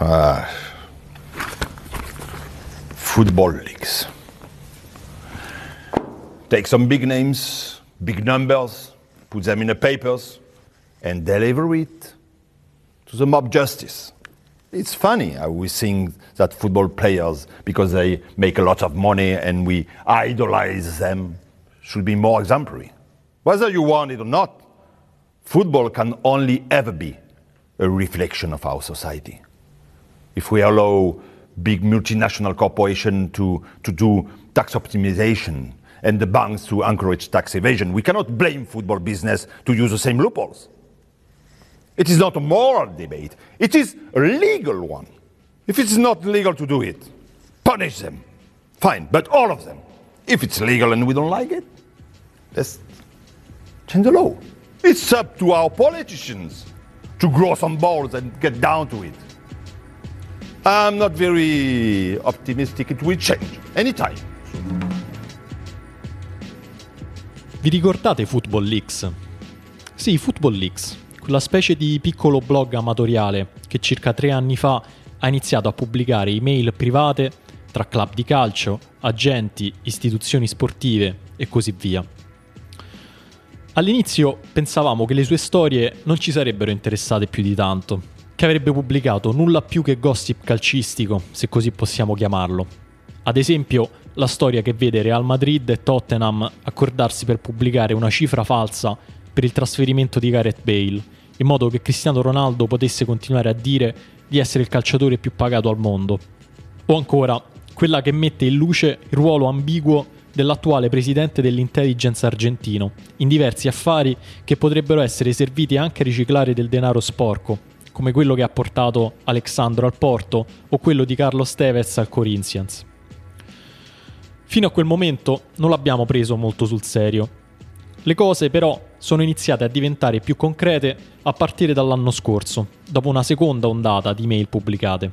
Football leagues. Take some big names, big numbers, put them in the papers, and deliver it to the mob justice. It's funny how we think that football players, because they make a lot of money and we idolize them, should be more exemplary. Whether you want it or not, football can only ever be a reflection of our society. If we allow big multinational corporations to do tax optimization and the banks to encourage tax evasion, we cannot blame football business to use the same loopholes. It is not a moral debate, it is a legal one. If it's not legal to do it, punish them. Fine, but all of them. If it's legal and we don't like it, let's change the law. It's up to our politicians to grow some balls and get down to it. I'm not very optimistic it will change anytime. Vi ricordate Football Leaks? Sì, Football Leaks, quella specie di piccolo blog amatoriale che circa 3 anni fa ha iniziato a pubblicare email private tra club di calcio, agenti, istituzioni sportive e così via. All'inizio pensavamo che le sue storie non ci sarebbero interessate più di tanto, che avrebbe pubblicato nulla più che gossip calcistico, se così possiamo chiamarlo. Ad esempio, la storia che vede Real Madrid e Tottenham accordarsi per pubblicare una cifra falsa per il trasferimento di Gareth Bale, in modo che Cristiano Ronaldo potesse continuare a dire di essere il calciatore più pagato al mondo. O ancora, quella che mette in luce il ruolo ambiguo dell'attuale presidente dell'intelligence argentino in diversi affari che potrebbero essere serviti anche a riciclare del denaro sporco, come quello che ha portato Alexandro al Porto o quello di Carlos Tevez al Corinthians. Fino a quel momento non l'abbiamo preso molto sul serio. Le cose però sono iniziate a diventare più concrete a partire dall'anno scorso, dopo una seconda ondata di email pubblicate.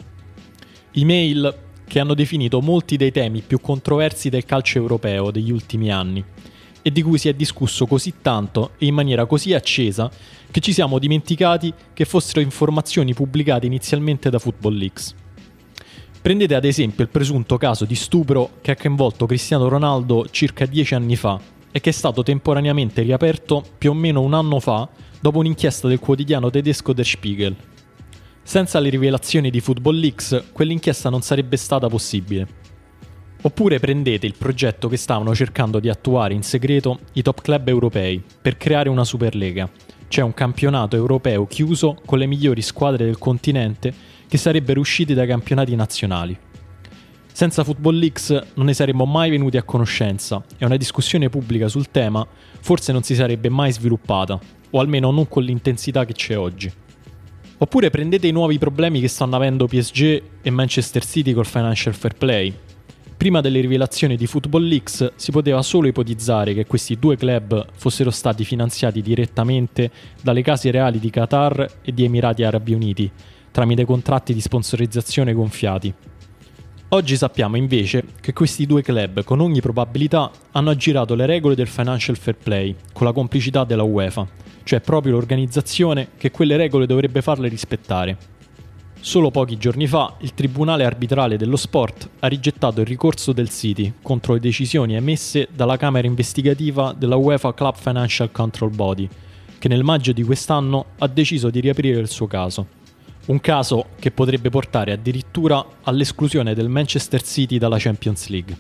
Email che hanno definito molti dei temi più controversi del calcio europeo degli ultimi anni e di cui si è discusso così tanto e in maniera così accesa che ci siamo dimenticati che fossero informazioni pubblicate inizialmente da Football Leaks. Prendete ad esempio il presunto caso di stupro che ha coinvolto Cristiano Ronaldo circa 10 anni fa e che è stato temporaneamente riaperto più o meno un anno fa dopo un'inchiesta del quotidiano tedesco Der Spiegel. Senza le rivelazioni di Football Leaks, quell'inchiesta non sarebbe stata possibile. Oppure prendete il progetto che stavano cercando di attuare in segreto i top club europei per creare una Superlega, cioè un campionato europeo chiuso con le migliori squadre del continente che sarebbero uscite dai campionati nazionali. Senza Football Leaks non ne saremmo mai venuti a conoscenza e una discussione pubblica sul tema forse non si sarebbe mai sviluppata, o almeno non con l'intensità che c'è oggi. Oppure prendete i nuovi problemi che stanno avendo PSG e Manchester City col Financial Fair Play. Prima delle rivelazioni di Football Leaks si poteva solo ipotizzare che questi due club fossero stati finanziati direttamente dalle case reali di Qatar e di Emirati Arabi Uniti, tramite contratti di sponsorizzazione gonfiati. Oggi sappiamo invece che questi due club con ogni probabilità hanno aggirato le regole del Financial Fair Play con la complicità della UEFA, cioè proprio l'organizzazione che quelle regole dovrebbe farle rispettare. Solo pochi giorni fa il Tribunale Arbitrale dello Sport ha rigettato il ricorso del City contro le decisioni emesse dalla Camera investigativa della UEFA Club Financial Control Body, che nel maggio di quest'anno ha deciso di riaprire il suo caso. Un caso che potrebbe portare addirittura all'esclusione del Manchester City dalla Champions League.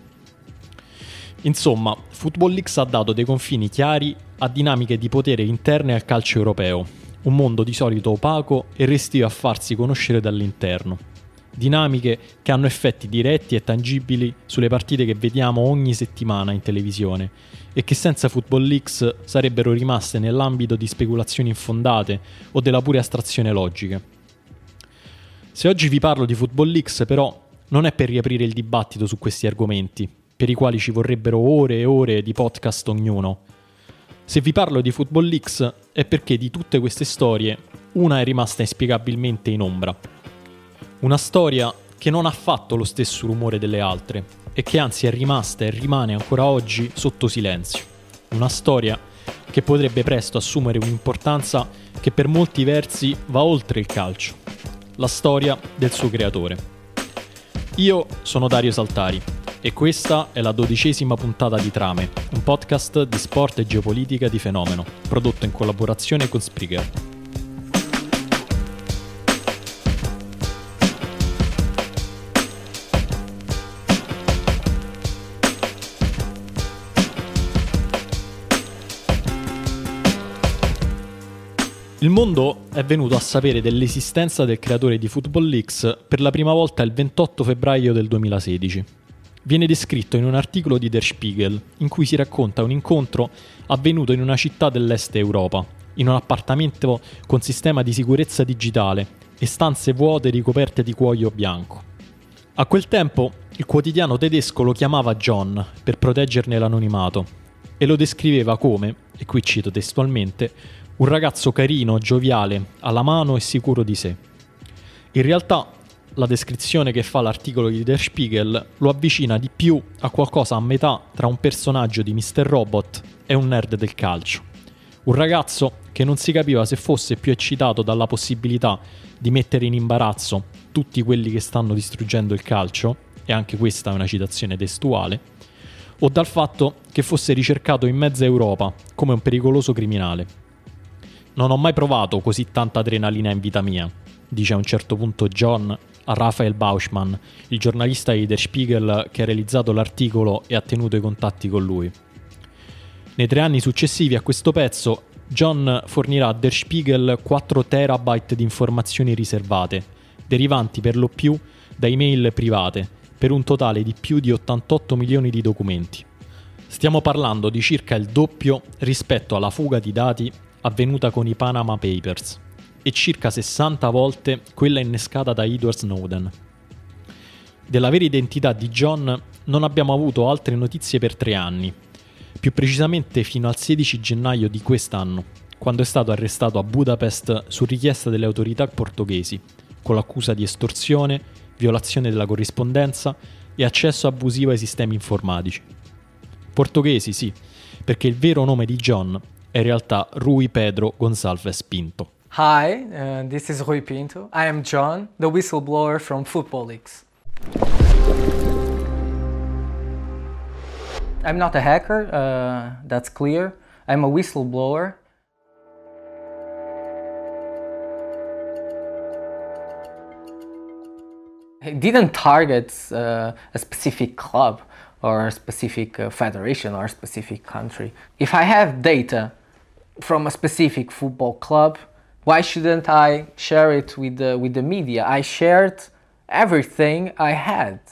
Insomma, Football Leaks ha dato dei confini chiari a dinamiche di potere interne al calcio europeo, un mondo di solito opaco e restio a farsi conoscere dall'interno. Dinamiche che hanno effetti diretti e tangibili sulle partite che vediamo ogni settimana in televisione e che senza Football Leaks sarebbero rimaste nell'ambito di speculazioni infondate o della pura astrazione logica. Se oggi vi parlo di Football Leaks, però, non è per riaprire il dibattito su questi argomenti, per i quali ci vorrebbero ore e ore di podcast ognuno. Se vi parlo di Football Leaks è perché di tutte queste storie una è rimasta inspiegabilmente in ombra. Una storia che non ha fatto lo stesso rumore delle altre e che anzi è rimasta e rimane ancora oggi sotto silenzio. Una storia che potrebbe presto assumere un'importanza che per molti versi va oltre il calcio. la storia del suo creatore. Io sono Dario Saltari e questa è la 12ª puntata di Trame, un podcast di sport e geopolitica di Fenomeno, prodotto in collaborazione con Spreaker. Il mondo è venuto a sapere dell'esistenza del creatore di Football Leaks per la prima volta il 28 febbraio del 2016. Viene descritto in un articolo di Der Spiegel, in cui si racconta un incontro avvenuto in una città dell'est Europa, in un appartamento con sistema di sicurezza digitale e stanze vuote ricoperte di cuoio bianco. A quel tempo il quotidiano tedesco lo chiamava John per proteggerne l'anonimato e lo descriveva come, e qui cito testualmente, un ragazzo carino, gioviale, alla mano e sicuro di sé. In realtà, la descrizione che fa l'articolo di Der Spiegel lo avvicina di più a qualcosa a metà tra un personaggio di Mr. Robot e un nerd del calcio. Un ragazzo che non si capiva se fosse più eccitato dalla possibilità di mettere in imbarazzo tutti quelli che stanno distruggendo il calcio, e anche questa è una citazione testuale, o dal fatto che fosse ricercato in mezza Europa come un pericoloso criminale. Non ho mai provato così tanta adrenalina in vita mia, dice a un certo punto John a Raphael Bauschmann, il giornalista di Der Spiegel che ha realizzato l'articolo e ha tenuto i contatti con lui. Nei 3 anni successivi a questo pezzo, John fornirà a Der Spiegel 4 terabyte di informazioni riservate, derivanti per lo più da email private, per un totale di più di 88 milioni di documenti. Stiamo parlando di circa il doppio rispetto alla fuga di dati avvenuta con i Panama Papers e circa 60 volte quella innescata da Edward Snowden. Della vera identità di John non abbiamo avuto altre notizie per 3 anni, più precisamente fino al 16 gennaio di quest'anno, quando è stato arrestato a Budapest su richiesta delle autorità portoghesi, con l'accusa di estorsione, violazione della corrispondenza e accesso abusivo ai sistemi informatici. Portoghesi sì, perché il vero nome di John è in realtà Rui Pedro Gonçalves Pinto. Hi, this is Rui Pinto. I am John, the whistleblower from Football Leaks. I'm not a hacker, that's clear. I'm a whistleblower. I didn't target a specific club or a specific federation or a specific country. If I have data from a specific football club, why shouldn't I share it with the media? I shared everything I had.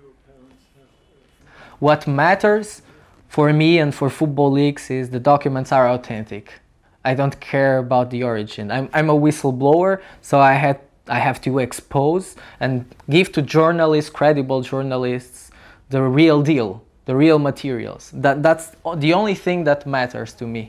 What matters for me and for Football Leaks is the documents are authentic. I don't care about the origin. I'm a whistleblower, so I have to expose and give to journalists, credible journalists, the real deal, the real materials. That's the only thing that matters to me.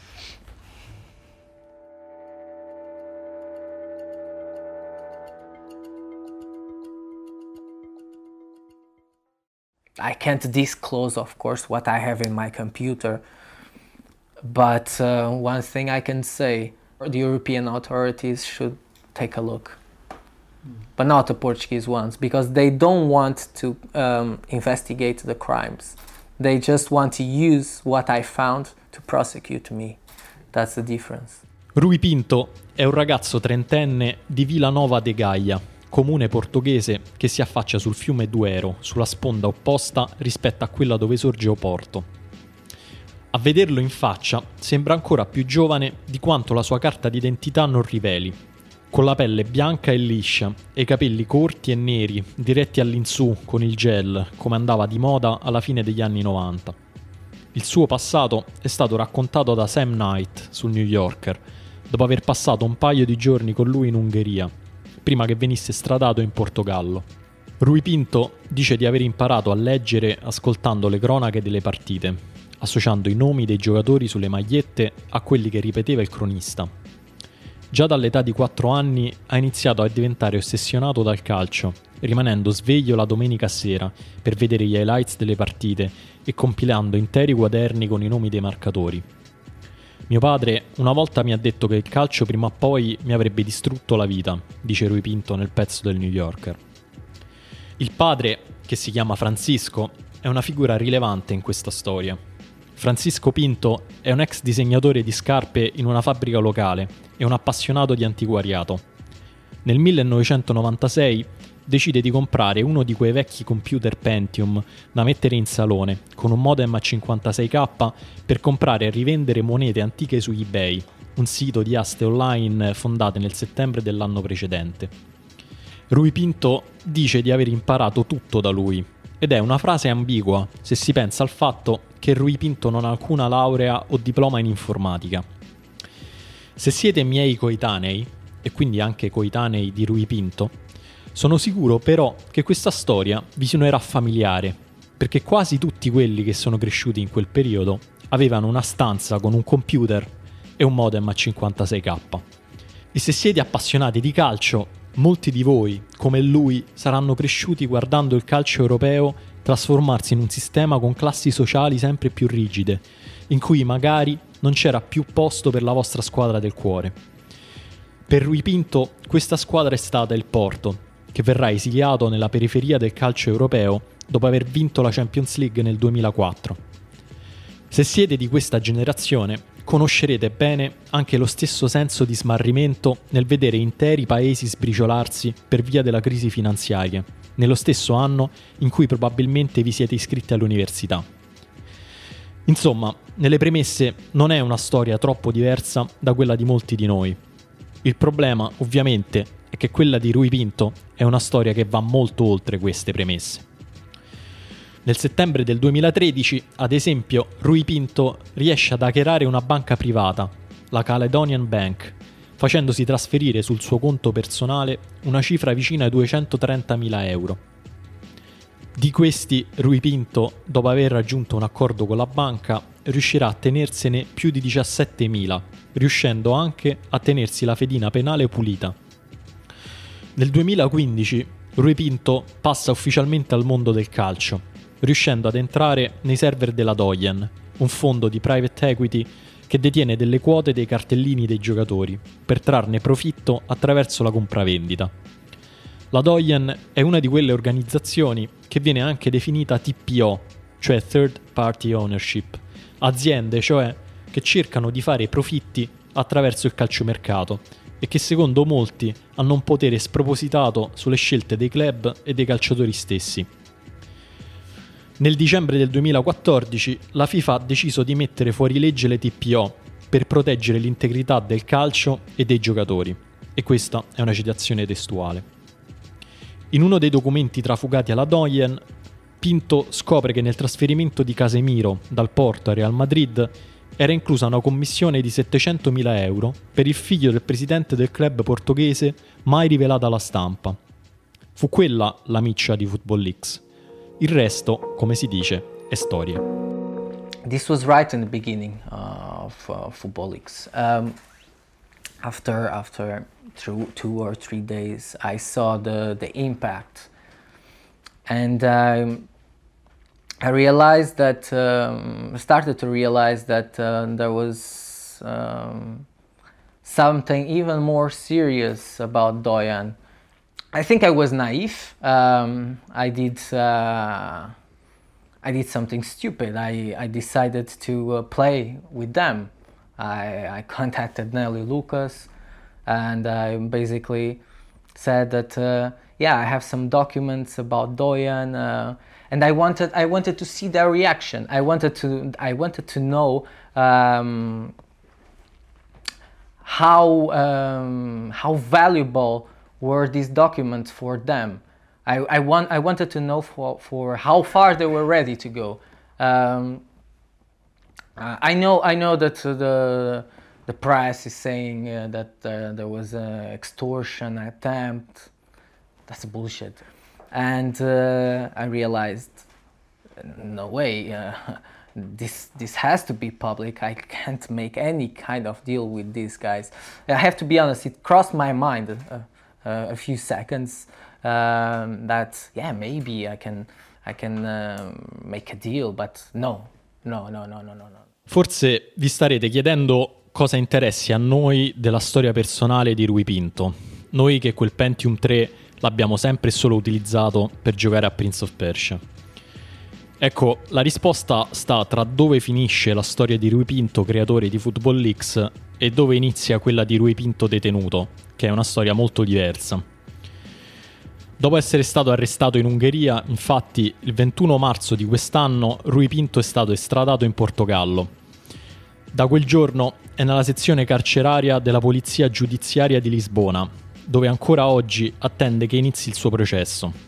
I can't disclose, of course, what I have in my computer, but one thing I can say, the European authorities should take a look, but not the Portuguese ones, because they don't want to investigate the crimes. They just want to use what I found to prosecute me. That's the difference. Rui Pinto è un ragazzo trentenne di Vila Nova de Gaia, comune portoghese che si affaccia sul fiume Duero, sulla sponda opposta rispetto a quella dove sorge Oporto. A vederlo in faccia sembra ancora più giovane di quanto la sua carta d'identità non riveli, con la pelle bianca e liscia e i capelli corti e neri diretti all'insù con il gel, come andava di moda alla fine degli anni 90. Il suo passato è stato raccontato da Sam Knight sul New Yorker, dopo aver passato un paio di giorni con lui in Ungheria, prima che venisse stradato in Portogallo. Rui Pinto dice di aver imparato a leggere ascoltando le cronache delle partite, associando i nomi dei giocatori sulle magliette a quelli che ripeteva il cronista. Già dall'età di 4 anni ha iniziato a diventare ossessionato dal calcio, rimanendo sveglio la domenica sera per vedere gli highlights delle partite e compilando interi quaderni con i nomi dei marcatori. Mio padre una volta mi ha detto che il calcio prima o poi mi avrebbe distrutto la vita, dice Rui Pinto nel pezzo del New Yorker. Il padre, che si chiama Francisco, è una figura rilevante in questa storia. Francisco Pinto è un ex disegnatore di scarpe in una fabbrica locale e un appassionato di antiquariato. Nel 1996 decide di comprare uno di quei vecchi computer Pentium da mettere in salone, con un modem a 56k, per comprare e rivendere monete antiche su eBay, un sito di aste online fondato nel settembre dell'anno precedente. Rui Pinto dice di aver imparato tutto da lui, ed è una frase ambigua se si pensa al fatto che Rui Pinto non ha alcuna laurea o diploma in informatica. Se siete miei coetanei, e quindi anche coetanei di Rui Pinto, sono sicuro però che questa storia vi suonerà familiare, perché quasi tutti quelli che sono cresciuti in quel periodo avevano una stanza con un computer e un modem a 56k. E se siete appassionati di calcio, molti di voi, come lui, saranno cresciuti guardando il calcio europeo trasformarsi in un sistema con classi sociali sempre più rigide, in cui magari non c'era più posto per la vostra squadra del cuore. Per Rui Pinto questa squadra è stata il Porto, che verrà esiliato nella periferia del calcio europeo dopo aver vinto la Champions League nel 2004. Se siete di questa generazione, conoscerete bene anche lo stesso senso di smarrimento nel vedere interi paesi sbriciolarsi per via della crisi finanziaria, nello stesso anno in cui probabilmente vi siete iscritti all'università. Insomma, nelle premesse non è una storia troppo diversa da quella di molti di noi. Il problema, ovviamente, è che quella di Rui Pinto è una storia che va molto oltre queste premesse. Nel settembre del 2013, ad esempio, Rui Pinto riesce ad hackerare una banca privata, la Caledonian Bank, facendosi trasferire sul suo conto personale una cifra vicina ai 230.000 euro. Di questi, Rui Pinto, dopo aver raggiunto un accordo con la banca, riuscirà a tenersene più di 17.000, riuscendo anche a tenersi la fedina penale pulita. Nel 2015 Rui Pinto passa ufficialmente al mondo del calcio, riuscendo ad entrare nei server della Doyen, un fondo di private equity che detiene delle quote dei cartellini dei giocatori, per trarne profitto attraverso la compravendita. La Doyen è una di quelle organizzazioni che viene anche definita TPO, cioè Third Party Ownership, aziende cioè che cercano di fare profitti attraverso il calciomercato e che secondo molti hanno un potere spropositato sulle scelte dei club e dei calciatori stessi. Nel dicembre del 2014 la FIFA ha deciso di mettere fuori legge le TPO per proteggere l'integrità del calcio e dei giocatori, e questa è una citazione testuale. In uno dei documenti trafugati alla Doyen, Pinto scopre che nel trasferimento di Casemiro dal Porto al Real Madrid era inclusa una commissione di 700.000 euro per il figlio del presidente del club portoghese mai rivelata alla stampa. Fu quella la miccia di Football Leaks. Il resto, come si dice, è storia. This was right in the beginning of Football Leaks. After 2 or 3 days, I saw the impact, and I realized that started to realize that there was something even more serious about Doyen. I think I was naive. I did something stupid. I decided to play with them. I contacted Nelly Lucas, and I basically said that I have some documents about Doyen, and I wanted to see their reaction. I wanted to know how valuable were these documents for them. I wanted to know for how far they were ready to go. I know that the press is saying that there was an extortion attempt. That's bullshit. And I realized, no way, this has to be public. I can't make any kind of deal with these guys. I have to be honest, it crossed my mind a few seconds that maybe I can make a deal, but no. Forse vi starete chiedendo cosa interessi a noi della storia personale di Rui Pinto, noi che quel Pentium 3 l'abbiamo sempre e solo utilizzato per giocare a Prince of Persia. Ecco, la risposta sta tra dove finisce la storia di Rui Pinto, creatore di Football Leaks, e dove inizia quella di Rui Pinto detenuto, che è una storia molto diversa. Dopo essere stato arrestato in Ungheria, infatti, il 21 marzo di quest'anno Rui Pinto è stato estradato in Portogallo. Da quel giorno è nella sezione carceraria della Polizia Giudiziaria di Lisbona, dove ancora oggi attende che inizi il suo processo.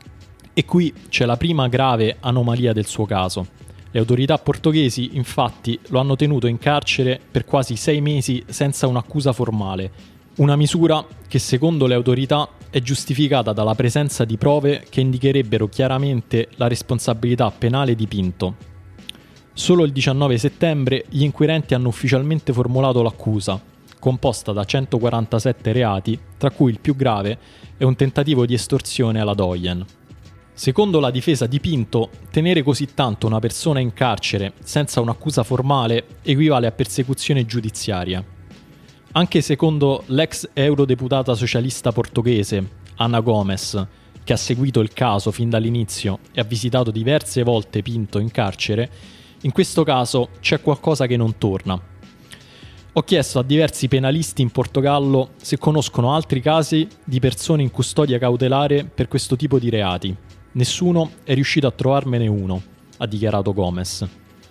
E qui c'è la prima grave anomalia del suo caso. Le autorità portoghesi, infatti, lo hanno tenuto in carcere per quasi 6 mesi senza un'accusa formale, una misura che secondo le autorità è giustificata dalla presenza di prove che indicherebbero chiaramente la responsabilità penale di Pinto. Solo il 19 settembre gli inquirenti hanno ufficialmente formulato l'accusa, composta da 147 reati, tra cui il più grave è un tentativo di estorsione alla Doyen. Secondo la difesa di Pinto, tenere così tanto una persona in carcere senza un'accusa formale equivale a persecuzione giudiziaria. Anche secondo l'ex eurodeputata socialista portoghese, Ana Gomes, che ha seguito il caso fin dall'inizio e ha visitato diverse volte Pinto in carcere, in questo caso c'è qualcosa che non torna. Ho chiesto a diversi penalisti in Portogallo se conoscono altri casi di persone in custodia cautelare per questo tipo di reati. Nessuno è riuscito a trovarmene uno, ha dichiarato Gomes.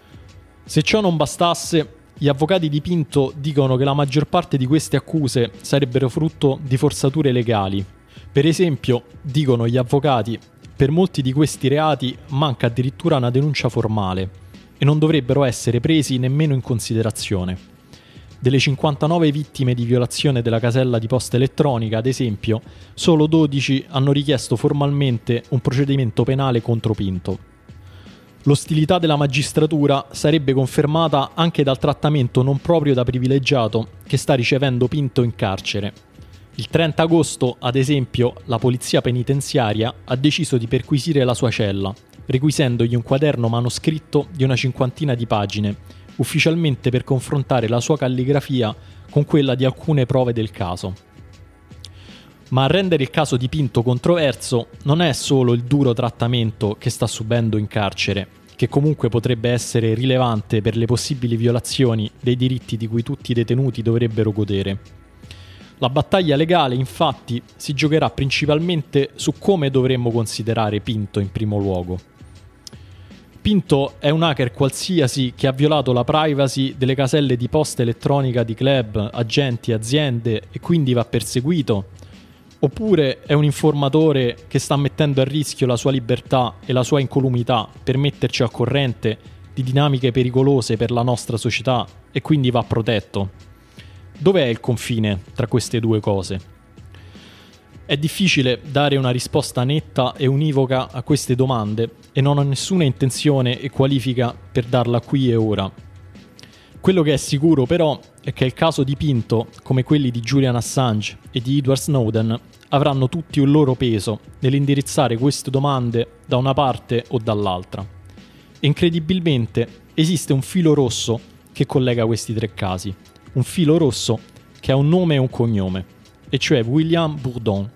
Se ciò non bastasse, gli avvocati di Pinto dicono che la maggior parte di queste accuse sarebbero frutto di forzature legali. Per esempio, dicono gli avvocati, per molti di questi reati manca addirittura una denuncia formale e non dovrebbero essere presi nemmeno in considerazione. Delle 59 vittime di violazione della casella di posta elettronica, ad esempio, solo 12 hanno richiesto formalmente un procedimento penale contro Pinto. L'ostilità della magistratura sarebbe confermata anche dal trattamento non proprio da privilegiato che sta ricevendo Pinto in carcere. Il 30 agosto, ad esempio, la polizia penitenziaria ha deciso di perquisire la sua cella, requisendogli un quaderno manoscritto di una 50 di pagine, ufficialmente per confrontare la sua calligrafia con quella di alcune prove del caso. Ma a rendere il caso di Pinto controverso non è solo il duro trattamento che sta subendo in carcere, che comunque potrebbe essere rilevante per le possibili violazioni dei diritti di cui tutti i detenuti dovrebbero godere. La battaglia legale, infatti, si giocherà principalmente su come dovremmo considerare Pinto in primo luogo. Pinto è un hacker qualsiasi che ha violato la privacy delle caselle di posta elettronica di club, agenti, aziende e quindi va perseguito? Oppure è un informatore che sta mettendo a rischio la sua libertà e la sua incolumità per metterci al corrente di dinamiche pericolose per la nostra società e quindi va protetto? Dov'è il confine tra queste due cose? È difficile dare una risposta netta e univoca a queste domande e non ho nessuna intenzione e qualifica per darla qui e ora. Quello che è sicuro però è che il caso di Pinto, come quelli di Julian Assange e di Edward Snowden, avranno tutti un loro peso nell'indirizzare queste domande da una parte o dall'altra. E incredibilmente esiste un filo rosso che collega questi tre casi, un filo rosso che ha un nome e un cognome, e cioè William Bourdon.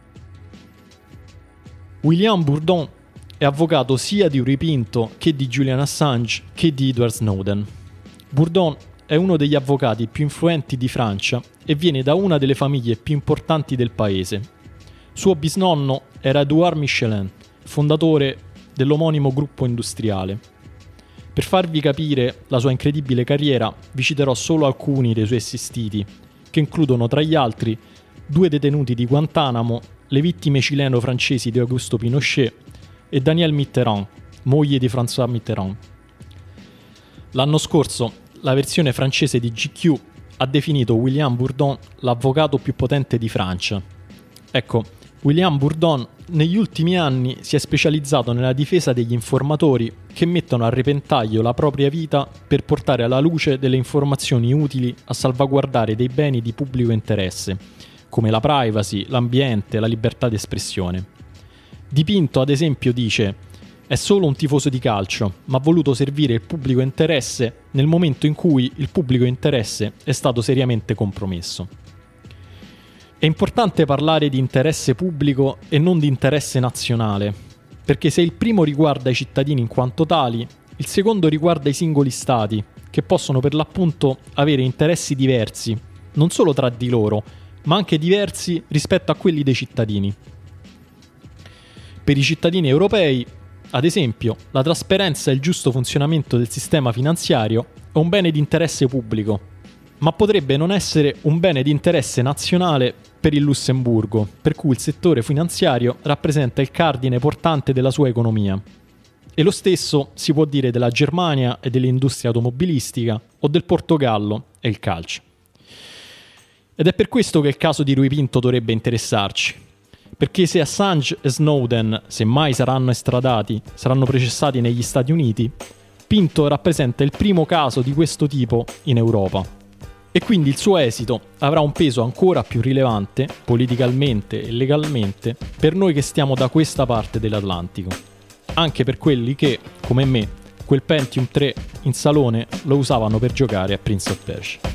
William Bourdon è avvocato sia di Rui Pinto che di Julian Assange che di Edward Snowden. Bourdon è uno degli avvocati più influenti di Francia e viene da una delle famiglie più importanti del paese. Suo bisnonno era Édouard Michelin, fondatore dell'omonimo gruppo industriale. Per farvi capire la sua incredibile carriera, vi citerò solo alcuni dei suoi assistiti, che includono tra gli altri 2 detenuti di Guantanamo, le vittime cileno-francesi di Augusto Pinochet e Danielle Mitterrand, moglie di François Mitterrand. L'anno scorso, la versione francese di GQ ha definito William Bourdon l'avvocato più potente di Francia. Ecco, William Bourdon negli ultimi anni si è specializzato nella difesa degli informatori che mettono a repentaglio la propria vita per portare alla luce delle informazioni utili a salvaguardare dei beni di pubblico interesse, come la privacy, l'ambiente, la libertà d'espressione. Di Pinto, ad esempio, dice: è solo un tifoso di calcio, ma ha voluto servire il pubblico interesse nel momento in cui il pubblico interesse è stato seriamente compromesso. È importante parlare di interesse pubblico e non di interesse nazionale, perché se il primo riguarda i cittadini in quanto tali, il secondo riguarda i singoli stati, che possono per l'appunto avere interessi diversi, non solo tra di loro, ma anche diversi rispetto a quelli dei cittadini. Per i cittadini europei, ad esempio, la trasparenza e il giusto funzionamento del sistema finanziario è un bene di interesse pubblico, ma potrebbe non essere un bene di interesse nazionale per il Lussemburgo, per cui il settore finanziario rappresenta il cardine portante della sua economia. E lo stesso si può dire della Germania e dell'industria automobilistica o del Portogallo e il calcio. Ed è per questo che il caso di Rui Pinto dovrebbe interessarci. Perché se Assange e Snowden, se mai saranno estradati, saranno processati negli Stati Uniti, Pinto rappresenta il primo caso di questo tipo in Europa. E quindi il suo esito avrà un peso ancora più rilevante, politicamente e legalmente, per noi che stiamo da questa parte dell'Atlantico. Anche per quelli che, come me, quel Pentium 3 in salone lo usavano per giocare a Prince of Persia.